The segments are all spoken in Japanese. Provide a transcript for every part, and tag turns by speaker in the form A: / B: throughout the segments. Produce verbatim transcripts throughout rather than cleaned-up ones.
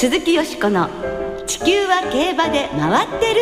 A: 鈴木よしこの地球は競馬で回ってる。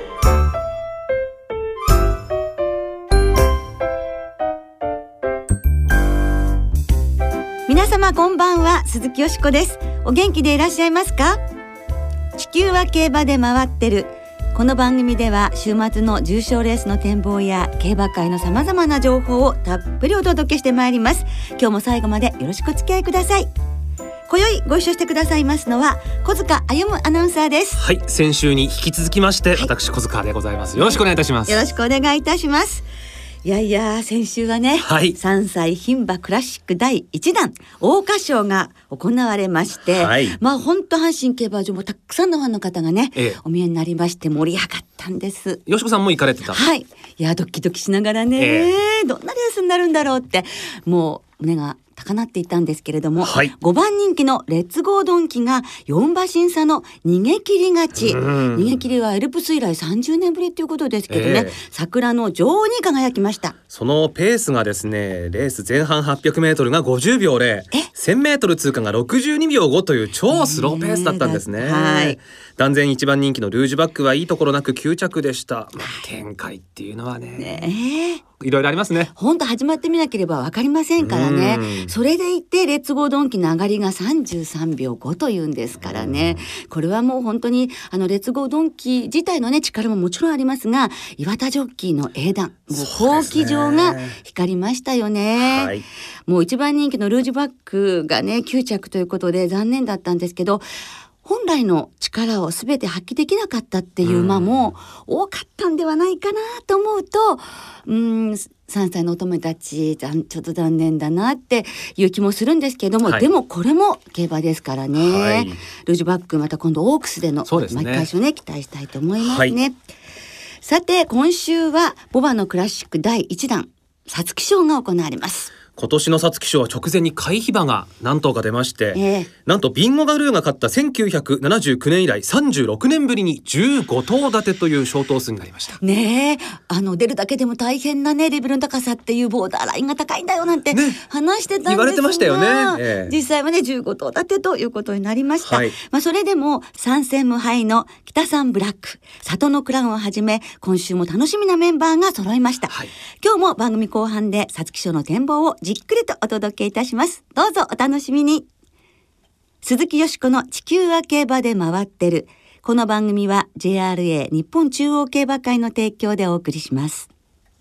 A: 皆様こんばんは、鈴木よしこです。お元気でいらっしゃいますか？地球は競馬で回ってる。この番組では週末の重賞レースの展望や競馬界のさまざまな情報をたっぷりお届けしてまいります。今日も最後までよろしくお付き合いください。今宵ご一緒してくださいますのは小塚歩アナウンサーです。
B: はい、先週に引き続きまして、はい、私小塚でございます。よろしくお願いいたします。
A: よろしくお願いいたします。いやいや、先週はね、はい、さんさい牝馬クラシックだいいちだん桜花賞が行われまして、はい、まあ本当阪神競馬場もたくさんのファンの方がね、ええ、お見えになりまして盛り上がったんです。
B: よしこさんも行かれてた？
A: はい、いやドキドキしながらね、ええ、どんなレースになるんだろうってもう胸が高鳴っていたんですけれども、はい、ごばん人気のレッツゴードンキがよん馬身差の逃げ切り勝ち。逃げ切りはエルプス以来さんじゅうねんぶりということですけどね、えー、桜の女王に輝きました。
B: そのペースがですね、レース前半はっぴゃくメートルがごじゅうびょうゼロ、せんメートル通過がろくじゅうにびょうごという超スローペースだったんですね、えーはい、断然いちばん人気のルージュバックはいいところなくきゅう着でした、まあ、展開っていうのは ね, ねいろいろありますね。
A: 本当始まってみなければ分かりませんからね。それでいてレッツゴードンキの上がりがさんじゅうさんびょうごというんですからね、これはもう本当にあのレッツゴードンキ自体のね力ももちろんありますが、岩田ジョッキーの英断、もう好騎乗が光りましたよね、はい、もういちばん人気のルージュバックがねきゅう着ということで残念だったんですけど、本来の力を全て発揮できなかったっていう馬も多かったんではないかなと思うと、うーんさんさいの乙女たちちょっと残念だなっていう気もするんですけども、はい、でもこれも競馬ですからね、はい、ルージュバックまた今度オークスでの巻き返しをね期待したいと思いますね、はい、さて今週は牡馬のクラシックだいいちだん皐月賞が行われます。
B: 今年の皐月賞は直前に回避馬が何頭か出まして、えー、なんとビンゴガルーが勝ったせんきゅうひゃくななじゅうきゅうねん以来さんじゅうろくねんぶりにじゅうごとう立てという小頭数になりました
A: ね。えあの出るだけでも大変なねレベルの高さっていうボーダーラインが高いんだよなんて話してたんですが、ね、言われてましたよね、えー、実際はねじゅうごとう立てということになりました、はい、まあ、それでも参戦無敗の北三ブラック、里のクラウンをはじめ今週も楽しみなメンバーが揃いました、はい、今日も番組後半で皐月賞の展望をじっくりとお届けいたします。どうぞお楽しみに。鈴木よしこの地球は競馬で回ってる。この番組は ジェイアールエー 日本中央競馬会の提供でお送りします。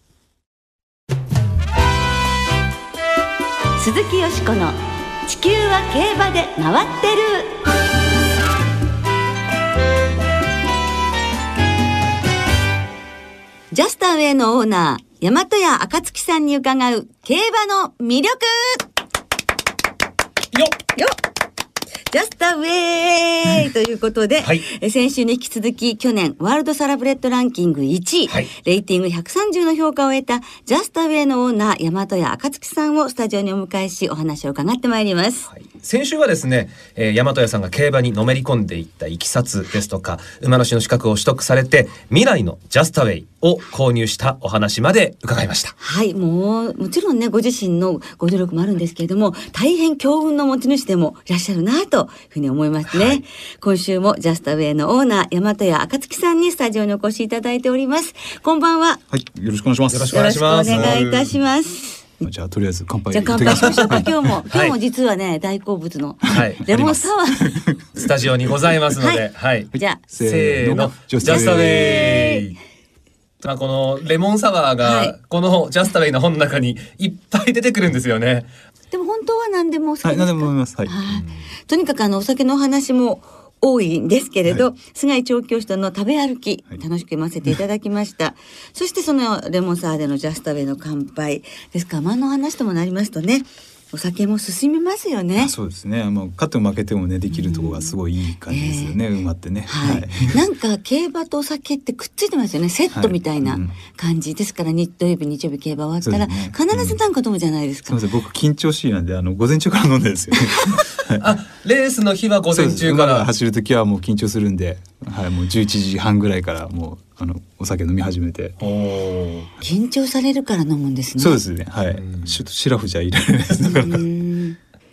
A: 鈴木よしこの地球は競馬で回ってる。ジャスターウェイのオーナー大和屋暁さんに伺う競馬の魅力。
B: よ
A: っよっジャスターウェイということで、はい、先週に引き続き去年ワールドサラブレッドランキングいちい、はい、レーティングひゃくさんじゅうの評価を得たジャスターウェイのオーナー大和屋暁さんをスタジオにお迎えしお話を伺ってまいります、はい、
B: 先週はですね、えー、大和屋さんが競馬にのめり込んでいったいきさつですとか、馬主の資格を取得されて未来のジャスターウェイを購入したお話まで伺いました。
A: はい、もうもちろんねご自身のご努力もあるんですけれども、大変強運の持ち主でもいらっしゃるなというふうに思いますね、はい、今週もジャスターウェイのオーナー大和屋暁さんにスタジオにお越しいただいております。こんばんは。
C: はい、よろしくお願いします。
B: よろしくお願いします。
A: よろしくお願いいたします。
C: じゃあとりあえず乾杯。
A: じゃあ乾杯しましょうか。今日も今日も実はね、はい、大好物のレモンサワー、
B: スタジオにございますので、はいはい、
A: じゃあ
B: せーのジャスターウェイ。まあ、このレモンサワーが、はい、このジャスターウェイの本の中にいっぱい出てくるんですよね。
A: でも本当は何でも好きですか？
C: はい、何でも飲みます、はい、
A: とにかくあのお酒のお話も多いんですけれど、はい、菅井調教師との食べ歩き、はい、楽しく読ませていただきました、そしてそのレモンサワーでのジャスターウェイの乾杯ですから、馬の話ともなりますとね、お酒も進みますよね。
C: そうですね、もう勝っても負けてもねできるところがすごいいい感じですよね、うん、馬ってね、
A: はいはい、なんか競馬とお酒ってくっついてますよね、セットみたいな感じ、はい、うん、ですから土曜日日曜日競馬終わったら、ね、必ずなんか飲むじゃないですか、
C: うん、すみません、僕緊張しいなんであの午前中から飲んでるんですよね
B: あ、レースの日は午前中から。
C: 走る時はもう緊張するんで、はい、もうじゅういちじはんぐらいからもうあのお酒飲み始めて。
A: お緊張されるから飲むんですね。
C: そうですね、はい、ちょっとシラフじゃいられないですだから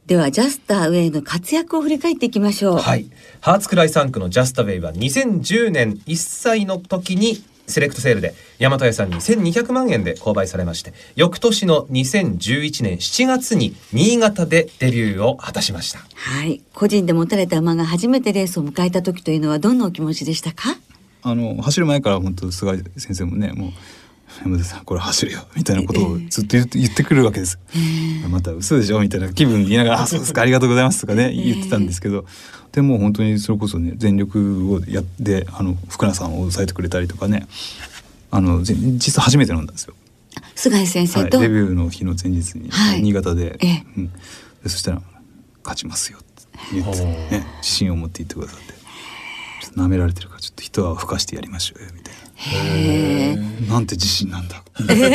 A: ではジャスターウェイの活躍を振り返っていきましょう。
B: はい、ハーツクライさん区のジャスターウェイはにせんじゅうねんいっさいの時にセレクトセールで大和屋さんにせんにひゃくまんえんで購買されまして、翌年のにせんじゅういちねんしちがつに新潟でデビューを果たしました。
A: はい、個人で持たれた馬が初めてレースを迎えた時というのはどんなお気持ちでしたか？
C: あの走る前から本当菅井先生もね、もう山田さんこれ走るよみたいなことをずっと言って、言ってくるわけです、えー、また嘘でしょみたいな気分に言いながらあそうですかありがとうございますとかね言ってたんですけど、でも本当にそれこそね全力をやってあの福永さんを抑えてくれたりとかね、あの実は初めて飲んだんですよ
A: 菅井先生と、
C: はい、デビューの日の前日に、はい、新潟で、えうん、でそしたら勝ちますよって言って、ね、自信を持って言ってくださって、ちょっと舐められてるからちょっと一泡吹かしてやりましょうよみたいな。へー、なんて自信なんだ、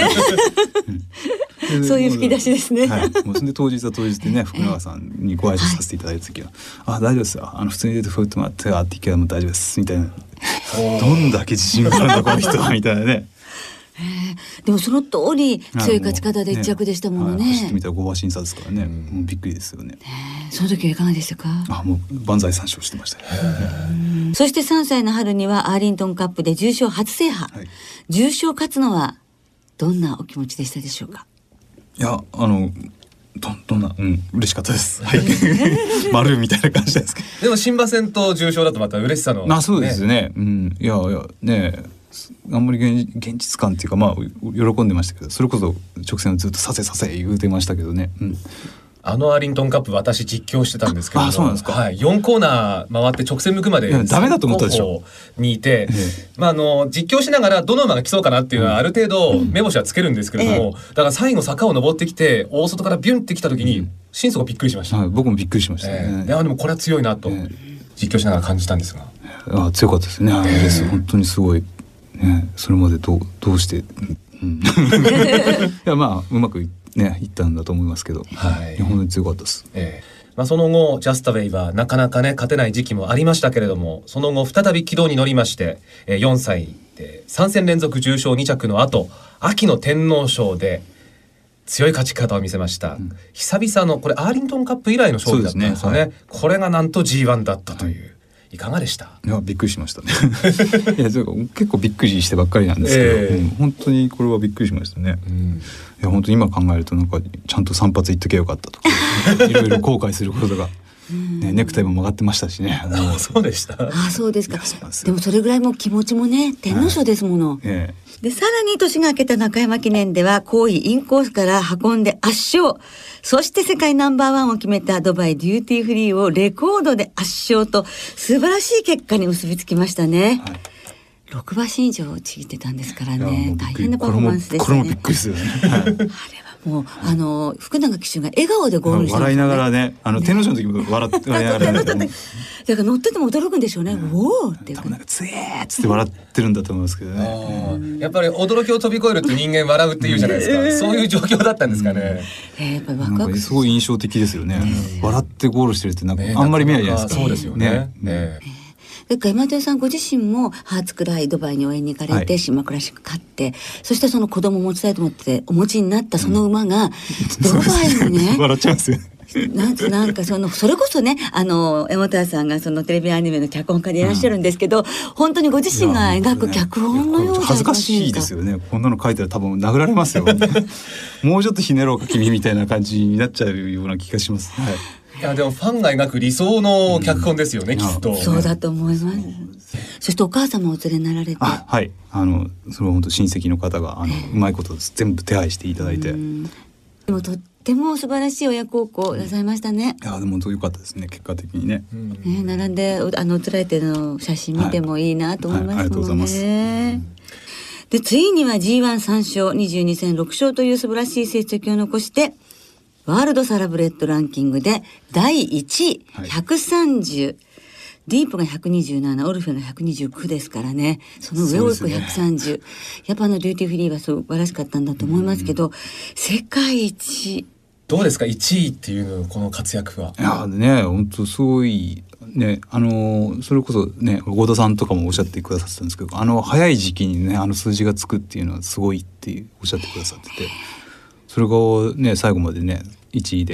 A: うん、そういう吹き出しですね、
C: はい、もうそんで当日は当日でね福永さんにご挨拶させていただいた時は、はい、あ大丈夫ですよ、あの普通に出てフットマットがあっていけばもう大丈夫ですみたいな、どんだけ自信があるんだこの人はみたいなね
A: でもその通り強い勝ち方で一着でしたものね。
C: はい、走ってみたらご馬審査ですからね、もうびっくりですよね。
A: その時はいかがでしたか？
C: あもう万歳三唱してましたね。
A: そしてさんさいの春にはアーリントンカップで重賞初制覇、はい、重賞勝つのはどんなお気持ちでしたでしょうか？
C: いやあのど, どんな、うん、嬉しかったです。はい、丸みたいな感じですけど。
B: でも新馬戦と重賞だとまた嬉しさの、ね。
C: あそうですね。うん、いやいやね。あんまり 現, 現実感っていうかまあ喜んでましたけど、それこそ直線をずっとさせさせ言うてましたけどね、うん、
B: あのアーリントンカップ私実況してたんですけども、
C: ああそうなんですか、
B: はい、よんコーナー回って直線向くまで
C: ダメだと思ったでしょ
B: にいて、ええまあ、あの実況しながらどの馬が来そうかなっていうのはある程度目星はつけるんですけれども、うん、だから最後坂を登ってきて大外からビュンってきた時に心底びっくりしました、
C: はい、僕もびっくりしましたね、
B: ええ、いやでもこれは強いなと実況しながら感じたんですが、
C: あ強かったですね、あのレース、ええ、本当にすごいね、それまでどう、どうして、うん、いやまあうまくねいったんだと思いますけど、はい、本当に強かったです、
B: えーまあ、その後ジャスタウェイはなかなかね勝てない時期もありましたけれども、その後再び軌道に乗りまして、えー、よんさいでさん戦連続重賞に着の後、秋の天皇賞で強い勝ち方を見せました、うん、久々のこれアーリントンカップ以来の勝利だったんですよね、はい、これがなんと ジーワン だったという、はい、いかがでした？
C: いやびっくりしましたねいや結構びっくりしてばっかりなんですけど、えーうん、本当にこれはびっくりしましたね、うん、いや本当に今考えるとなんかちゃんと散髪行っとけばよかったとかいろいろ後悔することが、ね、ネクタイも曲がってましたしね
B: あそうでした。
A: あそうですか。でもそれぐらいも気持ちもね天皇賞ですもの、はいえーでさらに年が明けた中山記念では好位インコースから運んで圧勝、そして世界ナンバーワンを決めたドバイデューティーフリーをレコードで圧勝と素晴らしい結果に結びつきましたね、はい、ろくばしん以上ちぎってたんですからね、大変なパフォーマンスでしたね。
C: これもびっくりですよねあれは
A: もうあの福永騎手が笑顔でゴールしてましたね。
C: 笑いながらね、あの天皇賞の時も笑って笑いながらね
A: だから乗ってても驚くんでしょうね、うん、おおっていうか、
C: 多分なんかつえーっつって笑ってるんだと思いますけどね、
B: うん、やっぱり驚きを飛び越えると人間笑うっていうじゃないですか、えー、そういう状況だったんですかね、うん
A: えー、やっぱりワクワク
C: すごい印象的ですよね、うん、笑ってゴールしてるってなんかあんまり見ないじゃないですか、
B: そうですよね、ね
A: ねそれから山田さんご自身もハーツクライドバイに応援に行かれて、はい、島クラシック勝って、そしてその子供を持ちたいと思ってお持ちになったその馬が、うん、ドバイにね
C: 笑っちゃいますよね
A: なんかなんかそのそれこそねあの山田さんがそのテレビアニメの脚本家でいらっしゃるんですけど、うん、本当にご自身が描く脚本のようじゃないですか。
C: 恥ずかしいですよね、こんなの書いたら多分殴られますよもうちょっとひねろうか君みたいな感じになっちゃうような気がします、はい、
B: いやでもファンが描く理想の脚本ですよね、うん、きっと
A: そうだと思います。そしてお母様をお連れになられて、
C: あはいあのそれは本当親戚の方があのうまいこと全部手配していただいて、
A: でもとっても素晴らしい親孝行なさいましたね。
C: いやでも本当良かったですね、結果的にね、うん、
A: ね並んであの写られての写真見てもいいなと思いますもんね。でついには ジーワンさん 勝にじゅうに戦ろく勝という素晴らしい成績を残してワールドサラブレッドランキングでだいいちい、はい、ひゃくさんじゅう、ディープがひゃくにじゅうなな、オルフェがひゃくにじゅうきゅうですからね、その上を行くひゃくさんじゅう、ね、やっぱあのデューティーフリーは素晴らしかったんだと思いますけど、うん、世界一
B: どうですかいちいっていうのこの活躍は。
C: いやね本当すごいね、あのそれこそね合田さんとかもおっしゃってくださってたんですけど、あの早い時期にねあの数字がつくっていうのはすごいっておっしゃってくださってて、それがね最後までねいちいで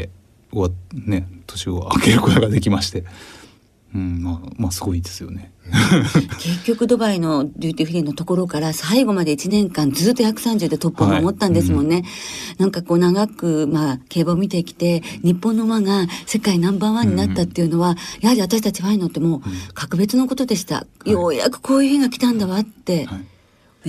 C: 終わね年を明けることができまして、うん、まあまあすごいですよね。
A: 結局ドバイのデューティーフリーのところから最後までいちねんかんずっとひゃくさんじゅうでトップを守ったんですもんね、はい、うん、なんかこう長く、まあ、競馬を見てきて日本の馬が世界ナンバーワンになったっていうのは、うん、やはり私たちファンにとっても格別のことでした、うん、ようやくこういう日が来たんだわって、はい、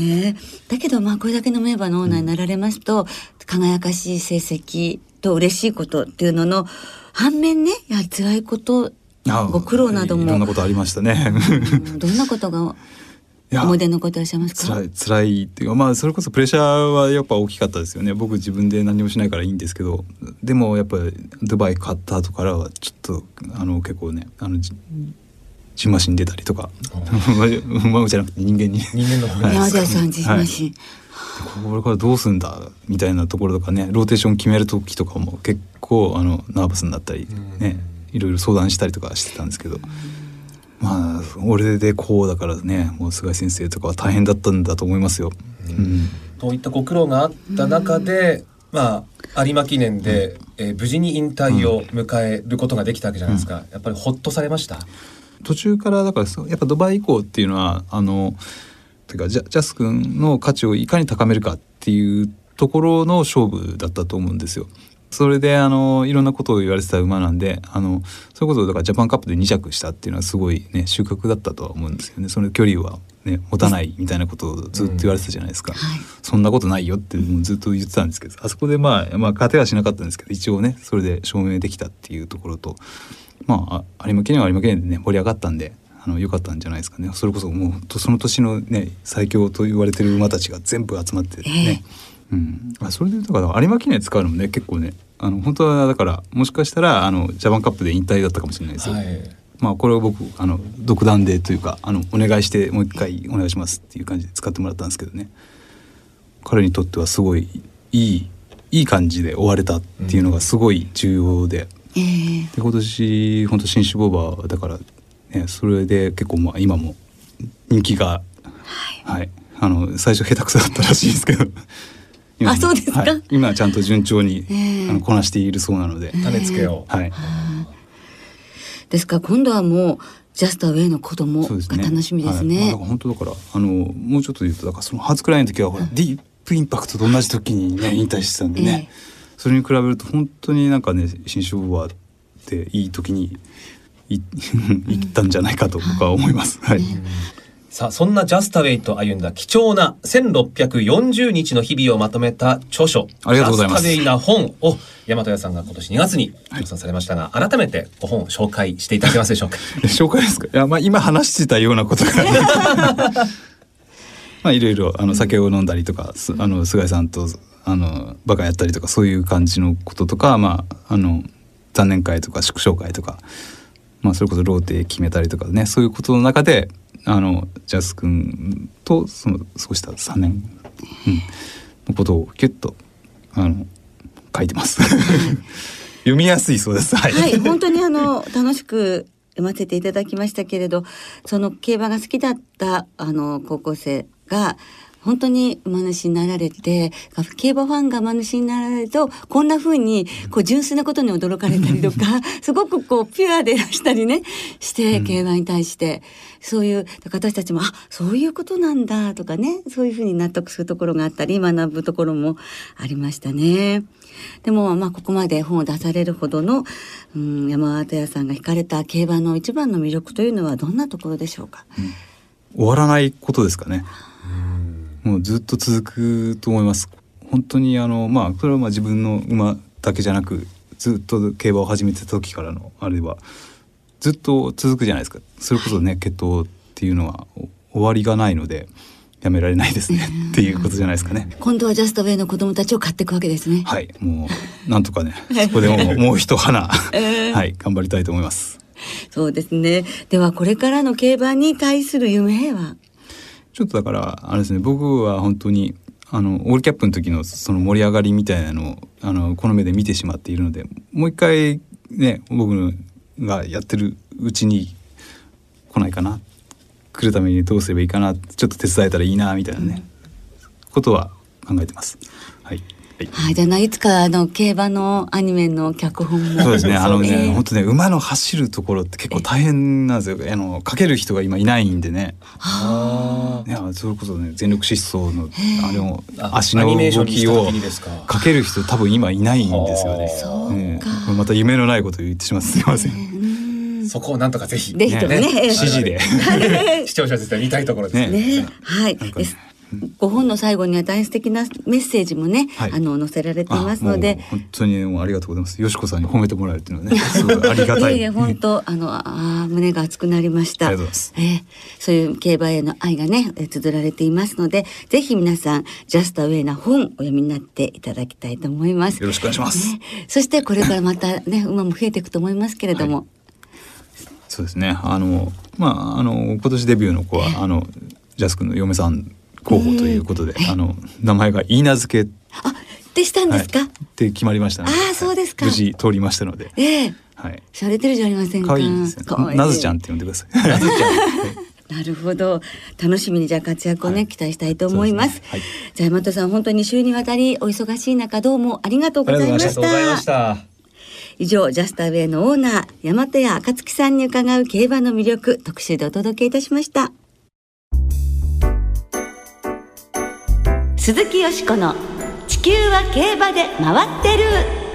A: ね、だけどまあこれだけの名馬のオーナーになられますと、うん、輝かしい成績と嬉しいことっていうのの反面ね、やはり辛いことご苦労なども
C: いろんなことありましたね。
A: うん、どんなことが思い出に残っていらっしゃいますか？
C: 辛い、辛いっていうか、まあそれこそプレッシャーはやっぱ大きかったですよね。僕自分で何もしないからいいんですけど、でもやっぱりドバイ買った後からはちょっとあの結構ね、あのじじんましん出たりとか、馬じゃなくて人間に
B: 人間の方に
A: 山田さんじんましん、はい
C: これからどうすんだみたいなところとかね、ローテーション決める時とかも結構あのナーバスになったりね、いろいろ相談したりとかしてたんですけど、まあ俺でこうだからね、もう菅井先生とかは大変だったんだと思いますよ。うんうん、
B: といったご苦労があった中で、まあ有馬記念で、うんえー、無事に引退を迎えることができたわけじゃないですか。うん、やっぱりほっとされました？
C: 途中からだからやっぱドバイ以降っていうのはあのてかジャ、ジャス君の価値をいかに高めるかっていうところの勝負だったと思うんですよ。それであのいろんなことを言われてた馬なんで、あのそれこそだからジャパンカップでに着したっていうのはすごいね収穫だったとは思うんですよね。その距離は、ね、持たないみたいなことをずっと言われてたじゃないですか、うんはい、そんなことないよってもうずっと言ってたんですけど、あそこでまあ、まあ、勝てはしなかったんですけど、一応ねそれで証明できたっていうところと、まあ有馬記念は有馬記念でね盛り上がったんであの良かったんじゃないですかね。それこそもうその年のね最強と言われてる馬たちが全部集まってね、えーうん、それでだから有馬記念使うのもね結構ねあの本当はだからもしかしたらあのジャパンカップで引退だったかもしれないですよ、はい、まあこれを僕あの独断でというかあのお願いしてもう一回お願いしますっていう感じで使ってもらったんですけどね、彼にとってはすごいいいいい感じで終われたっていうのがすごい重要で、うん、で今年本当新種ボーバーだからね、それで結構まあ今も人気が、はいはい、あの最初下手くそだったらしいですけど
A: あそうですか、
C: はい、今ちゃんと順調に、えー、あのこなしているそうなので、
B: 種付けを、
C: はい、
A: ですから今度はもうジャストアウェイの子供が楽しみですね。
C: はい、まあ、だから本当だからあのもうちょっと言うとだからその初くらいの時は、うん、ディープインパクトと同じ時に、ね、引退してたんでね、えー、それに比べると本当になんかね新種ボーバーっていい時にい行ったんじゃないかと僕は思います、はい、
B: さあそんなジャスタウェイと歩んだ貴重なせんろっぴゃくよんじゅうにちの日々をまとめた著書
C: ありがとうございます。
B: ジャスタウェイな本を大和屋さんが今年にがつに出版されましたが、はい、改めてご本を紹介していただけますでしょうか。
C: 紹介ですか。いや、まあ、今話してたようなことがまあいろいろあの酒を飲んだりとか、うん、あの菅井さんとあのバカやったりとかそういう感じのこととか、まあ、あの残念会とか祝勝会とか、まあ、それこそローテ決めたりとかね、そういうことの中であのジャス君とその過ごしたさんねん、うん、のことをキュッとあの書いてます読みやすいそうです。はい、
A: はい、本当にあの楽しく読ませていただきましたけれど、その競馬が好きだったあの高校生が本当に馬主になられて、競馬ファンが馬主になられるとこんな風にこう純粋なことに驚かれたりとかすごくこうピュアでいらしたりねして、うん、競馬に対してそういう私たちもあそういうことなんだとかね、そういう風に納得するところがあったり学ぶところもありましたね。でもまあここまで本を出されるほどの、うん、山形屋さんが惹かれた競馬の一番の魅力というのはどんなところでしょうか。
C: うん、終わらないことですかね。もうずっと続くと思います。本当にあのまあそれはまあ自分の馬だけじゃなくずっと競馬を始めてた時からのあれはずっと続くじゃないですか。それこそね血統っていうのは終わりがないのでやめられないですねっていうことじゃないですかね。
A: 今度はジャストウェイの子供たちを買っていくわけですね。
C: はい、もうなんとかねそこでももう一花、えー、はい頑張りたいと思います。
A: そうですね。ではこれからの競馬に対する夢は。
C: ちょっとだからあれですね、僕は本当にあのオールキャップの時のその盛り上がりみたいなのをあのこの目で見てしまっているので、もう一回ね僕がやってるうちに来ないかな、来るためにどうすればいいかな、ちょっと手伝えたらいいなみたいなね、うん、ことは考えてます。はい。
A: はい、じゃあいつかあの競馬のアニメの脚本も。
C: そうですね。あのね、
A: えー、
C: 本当ね、馬の走るところって結構大変なんですよ。あのかける人が今いないんでね。
B: あ
C: いや、それこそね、全力疾走のあの足
B: ア
C: の
B: ニメーションにした
C: 動きを
B: 時にですか。
C: かける人多分今いないんですよね。
A: そう
C: ね
A: か、
C: これまた夢のないことを言ってしまってすみません。
A: うん
B: そこをなんとかぜひ
A: ぜひともね、
C: 指示で
B: 視聴者絶対見たいところですね。
A: ね、はい。ですご本の最後には大変素敵なメッセージもね、
C: はい、
A: あの載せられていますので、
C: もう本当にもうありがとうございます。よしこさんに褒めてもらえるっていうのはね、すごいありがたい。
A: いえいえ、本当あのあ胸が熱くなりました。
C: ありがとうございます。
A: えー、そういう競馬への愛がね、えー、綴られていますので、ぜひ皆さんジャストアウェイな本お読みになっていただきたいと思います。
C: よろしくお願いします。
A: ね、そしてこれからまたね馬も増えていくと思いますけれども、はい、
C: そうですね。あのまああの今年デビューの子はあのジャス君の嫁さん候補ということで、あの名前がいいなずけ
A: あでしたんですか、はい、
C: で決まりましたので、
A: あそうですか、
C: 無事通りましたので、
A: ええ、
C: はい、
A: 洒落てるじゃありませんか。
C: 可愛いですね。なずちゃんって呼んでください。
B: なずちゃん、はい、
A: なるほど、楽しみにじゃあ活躍をね、はい、期待したいと思います。
C: ね、はい、
A: じゃあ大和さん、本当に週にわたりお忙しい中どうもありがとうございました。
B: ありがとうございました。
A: 以上、ジャスターウェイのオーナー大和屋暁さんに伺う競馬の魅力特集でお届けいたしました。鈴木よしこの地球は競馬で回ってる。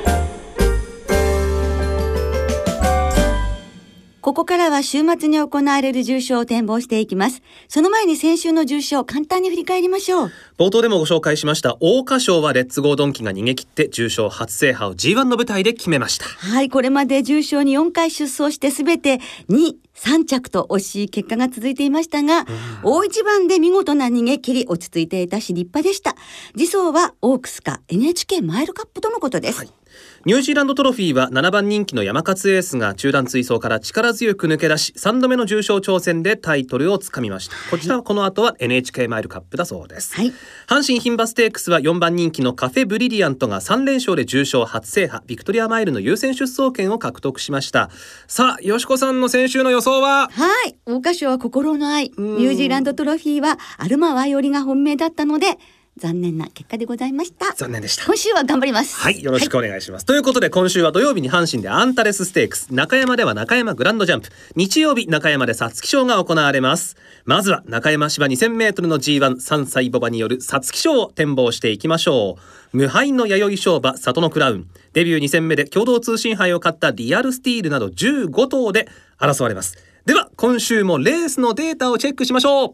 A: ここからは週末に行われる重賞を展望していきます。その前に先週の重賞簡単に振り返りましょう。
B: 冒頭でもご紹介しました桜花賞はレッツゴードンキが逃げ切って重賞初制覇を ジーワン の舞台で決めました。
A: はい、これまで重賞によんかい出走してすべてにいさん着と惜しい結果が続いていましたが、うん、大一番で見事な逃げ切り、落ち着いていたし立派でした。次走はオークスか エヌエイチケー マイルカップとのことです。はい、
B: ニュージーランドトロフィーはななばん人気の山勝エースが中段追走から力強く抜け出しさんどめの重賞挑戦でタイトルをつかみました。こちらはこの後は エヌエイチケー マイルカップだそうです。はい、阪神牝馬ステークスはよんばん人気のカフェブリリアントがさん連勝で重賞初制覇、ビクトリアマイルの優先出走権を獲得しました。さあ、よしこさんの先週の予想は？
A: はい、桜花賞は心の愛、ニュージーランドトロフィーはアルマワイオリが本命だったので残念な結果でございました。
B: 残念でした。
A: 今週は頑張ります。
B: はい、よろしくお願いします。はい、ということで今週は土曜日に阪神でアンタレスステークス、中山では中山グランドジャンプ、日曜日中山で皐月賞が行われます。まずは中山芝 にせんメートル の ジーワン、さんさい牡馬による皐月賞を展望していきましょう。無敗の弥生賞馬里のクラウン、デビューに戦目で共同通信杯を勝ったリアルスティールなどじゅうご頭で争われます。では今週もレースのデータをチェックしましょう。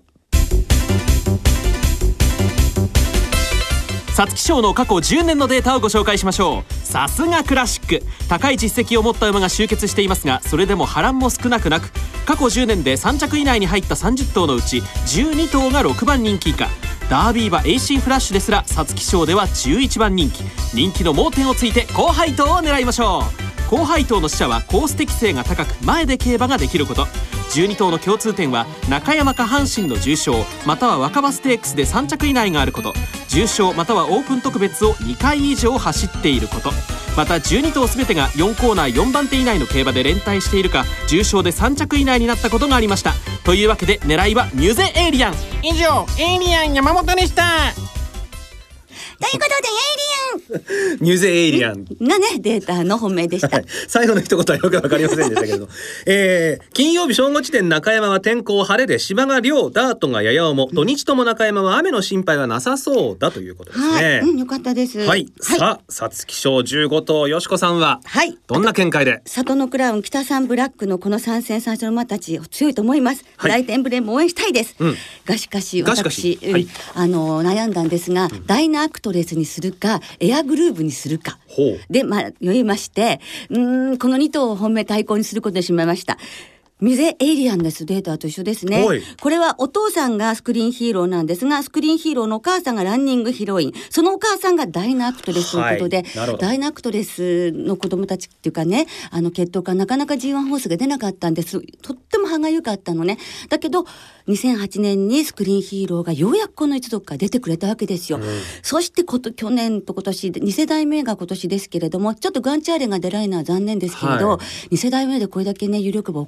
B: 皐月賞の過去じゅうねんのデータをご紹介しましょう。さすがクラシック、高い実績を持った馬が集結していますが、それでも波乱も少なくなく、過去じゅうねんでさん着以内に入ったさんじゅっ頭のうちじゅうに頭がろくばん人気以下。ダービー馬エイシーフラッシュですら皐月賞ではじゅういちばん人気。人気の盲点をついて高配当を狙いましょう。高配当の使者はコース適性が高く前で競馬ができること。じゅうに頭の共通点は中山か阪神の重賞または若葉ステークスでさん着以内があること、重賞またはオープン特別をにかい以上走っていること、またじゅうに頭すべてがよんコーナーよんばん手以内の競馬で連帯しているか、重賞でさん着以内になったことがありました。というわけで狙いはミュゼエイリアン。
D: 以上エイリアン山本でした。
A: ということでエイリアン
B: ミュゼエイリアン
A: がねデータの本命でした。はい、
B: 最後の一言はよくわかりませんでしたけれど、えー、金曜日正午時点中山は天候晴れで芝が涼、ダートがやや重、土日とも中山は雨の心配はなさそうだということですね。
A: はい、うん、よかったです。
B: はい、はい、さあ皐月賞じゅうご頭、よしこさんはどんな見解で？
A: 里のクラウン、北三ブラックのこの参戦最初の馬たち強いと思います。はい、大天ブレーム応援したいです。うん、がしかし私、うん、はい、あの悩んだんですが、うん、ダイナアクトレスにするかエアグルーヴにするかで、まあ、読みまして、うーんこのに頭を本命対抗にすることにしまいました。ミュゼエイリアンです。データと一緒ですね。これはお父さんがスクリーンヒーローなんですが、スクリーンヒーローのお母さんがランニングヒロイン、そのお母さんがダイナアクトレスということで、はい、ダイナアクトレスの子供たちっていうかね、あの血統からなかなか ジーワン ホースが出なかったんです。とっても歯がゆかったのね。だけどにせんはちねんにスクリーンヒーローがようやくこの一族から出てくれたわけですよ。うん、そしてこと去年と今年に世代目が今年ですけれども、ちょっとガンチャーレが出ないのは残念ですけれど、はい、に世代目でこれだけね有力馬送り込んだ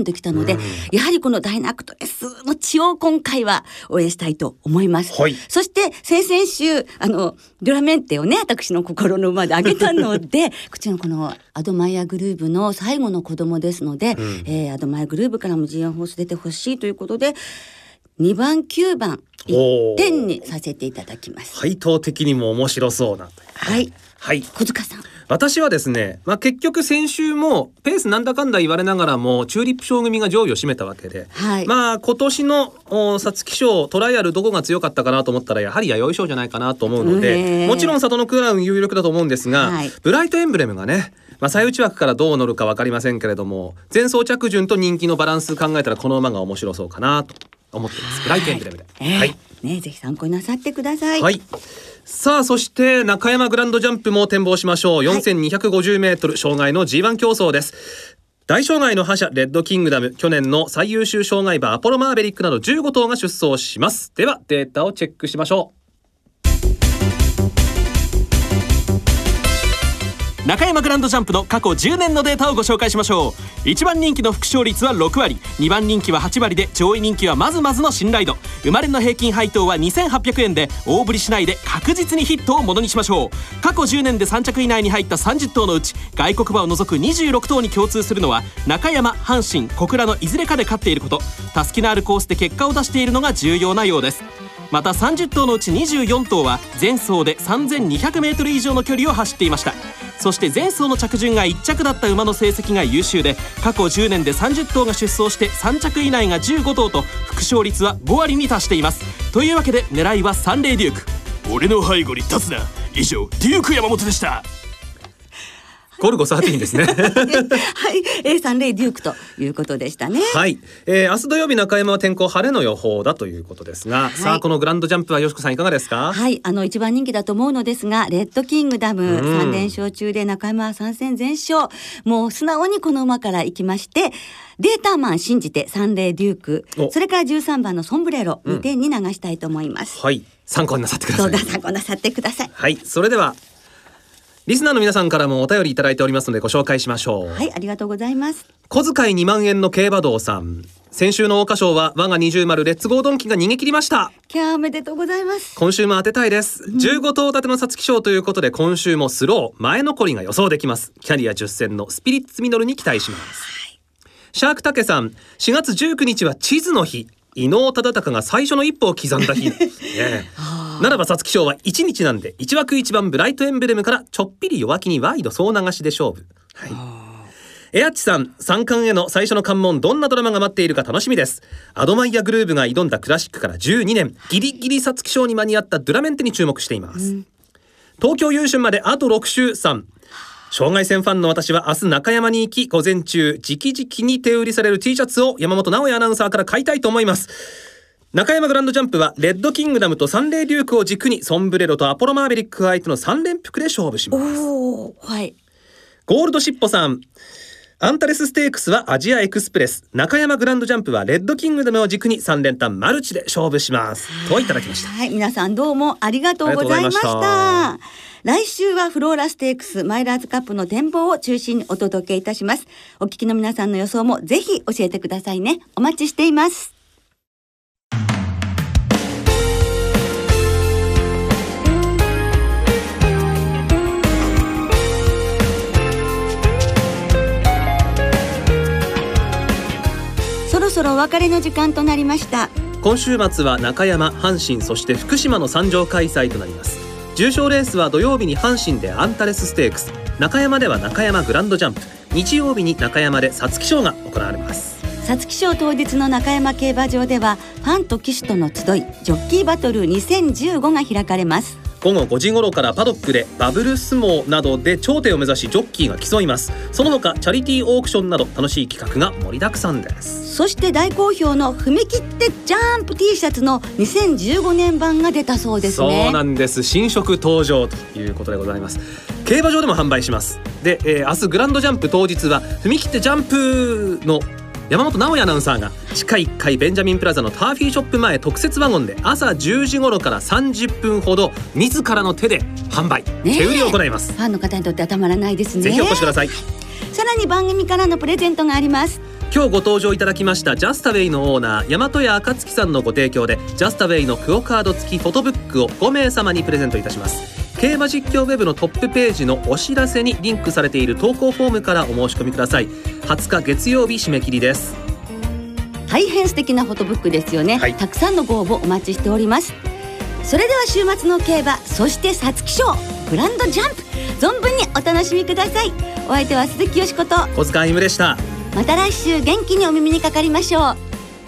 A: できたので、うん、やはりこのダイナクトレスの血を今回は応援したいと思います、はい、そして先々週あのデュラメンテをね私の心の馬であげたのでこちらのこのアドマイヤグルーヴの最後の子供ですので、うんえー、アドマイヤグルーヴからも ジーワン ホース出てほしいということでにばんきゅうばんいってんにさせていただきます。
B: 配当的にも面白そうな。
A: はい、はい、小塚さん。
B: 私はですね、まあ、結局先週もペースなんだかんだ言われながらもチューリップ賞組が上位を占めたわけで、はい、まあ今年の皐月賞トライアルどこが強かったかなと思ったらやはり弥生賞じゃないかなと思うので、もちろん里のクラウン有力だと思うんですが、はい、ブライトエンブレムがね、まあ、最内枠からどう乗るか分かりませんけれども前走着順と人気のバランス考えたらこの馬が面白そうかなと思っています。ブライトエンブレムで、
A: はいはいね、ぜひ参考になさってください。
B: はい、さあそして中山グランドジャンプも展望しましょう。よんせんにひゃくごじゅうメートル障害の ジーワン 競争です。大障害の覇者レッドキングダム、去年の最優秀障害馬アポロマーベリックなどじゅうごとうが出走します。ではデータをチェックしましょう。
E: 中山グランドジャンプの過去じゅうねんのデータをご紹介しましょう。いちばん人気の副勝率はろくわり、にばん人気ははちわりで上位人気はまずまずの信頼度。生まれの平均配当はにせんはっぴゃくえんで大振りしないで確実にヒットをものにしましょう。過去じゅうねんでさん着以内に入ったさんじゅっとうのうち外国馬を除くにじゅうろくとうに共通するのは中山、阪神、小倉のいずれかで勝っていること、たすきのあるコースで結果を出しているのが重要なようです。またさんじゅっとうのうちにじゅうよんとうは前走で さんぜんにひゃくメートル以上の距離を走っていました。そして前走の着順がいっ着だった馬の成績が優秀で過去じゅうねんでさんじゅっとうが出走してさん着以内がじゅうごとうと副勝率はごわりに達しています。というわけで狙いはサンレイデューク。俺の背後に立つな。以上デューク山本でした。
B: ゴルゴじゅうさんですねはい、
A: えー、サンレイデュークということでしたね。
B: はい、えー、明日土曜日中山は天候晴れの予報だということですが、はい、さあこのグランドジャンプはよしこさんいかがですか？
A: はい、あの一番人気だと思うのですがレッドキングダムさんれんしょう中で中山はさんせんぜんしょう、もう素直にこの馬から行きましてデータマン信じてサンレイデューク、それからじゅうさんばんのソンブレロにてんに流したいと思います、
B: うん、はい、参考になさってください。
A: そうだ、参考になさってください。
B: はい、それではリスナーの皆さんからもお便りいただいておりますのでご紹介しましょう。
A: はい、ありがとうございます。
B: 小遣いにまんえんの競馬道さん、先週の桜花賞は我が二重丸レッツゴードンキが逃げ切りました。
A: キャー、おめでとうございます。
B: 今週も当てたいです、うん、じゅうごとう立ての皐月賞ということで今週もスロー前残りが予想できます。キャリアじゅっせんのスピリッツミノルに期待します、はい、シャークタケさん、しがつじゅうくにちは地図の日、伊能忠敬が最初の一歩を刻んだ日、ね、ならば皐月賞はいちにちなんでいちわくいちばんブライトエンブレムからちょっぴり弱気にワイド総流しで勝負、はい、エアッチさん、三冠への最初の関門、どんなドラマが待っているか楽しみです。アドマイヤグルーヴが挑んだクラシックからじゅうにねん、ギリギリ皐月賞に間に合ったドゥラメンテに注目しています、うん、東京優春まであとろくしゅうさん、障害戦ファンの私は明日中山に行き午前中直々に手売りされる T シャツを山本直哉アナウンサーから買いたいと思います。中山グランドジャンプはレッドキングダムとサンレイデュークを軸にソンブレロとアポロマーベリック相手のさんれんぴくで勝負します。
A: おー、はい、
B: ゴールドシッポさん、アンタレスステークスはアジアエクスプレス、中山グランドジャンプはレッドキングダムを軸にさん連単マルチで勝負しますといただきました。
A: はい、皆さんどうもありがとうございました。来週はフローラステークスマイラーズカップの展望を中心にお届けいたします。お聞きの皆さんの予想もぜひ教えてくださいね。お待ちしています。そろそろお別れの時間となりました。
B: 今週末は中山、阪神、そして福島の参上開催となります。重賞レースは土曜日に阪神でアンタレスステークス、中山では中山グランドジャンプ、日曜日に中山で皐月賞が行われます。
A: 皐月賞当日の中山競馬場ではファンと騎手との集いジョッキーバトルにせんじゅうごが開かれます。
B: 午後ごじ頃からパドックでバブル相撲などで頂点を目指しジョッキーが競います。その他チャリティーオークションなど楽しい企画が盛りだくさんです。
A: そして大好評の踏み切ってジャンプ T シャツのにせんじゅうごねん版が出たそうですね。
B: そうなんです。新色登場ということでございます。競馬場でも販売します。で、えー、明日グランドジャンプ当日は踏み切ってジャンプの山本直哉アナウンサーが地下いっかいベンジャミンプラザのターフィーショップ前特設ワゴンで朝じゅうじ頃からさんじゅっぷんほど自らの手で販売、手売りを行います。
A: ファンの方にとってはたまらないですね。
B: ぜひお越しください。
A: さらに番組からのプレゼントがあります。
B: 今日ご登場いただきましたジャスタウェイのオーナー大和屋暁さんのご提供でジャスタウェイのクオカード付きフォトブックをごめい様にプレゼントいたします。競馬実況ウェブのトップページのお知らせにリンクされている投稿フォームからお申し込みください。はつか月曜日締め切りです。
A: 大変素敵なフォトブックですよね、はい、たくさんのご応募お待ちしております。それでは週末の競馬、そして皐月賞、グランドジャンプ、存分にお楽しみください。お相手は鈴木よしこと
B: 小塚歩でした。
A: また来週元気にお耳にかかりましょう。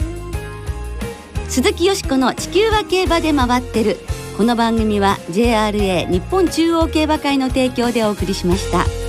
A: 鈴木よしこの地球は競馬で回ってる。この番組は ジェイアールエー 日本中央競馬会の提供でお送りしました。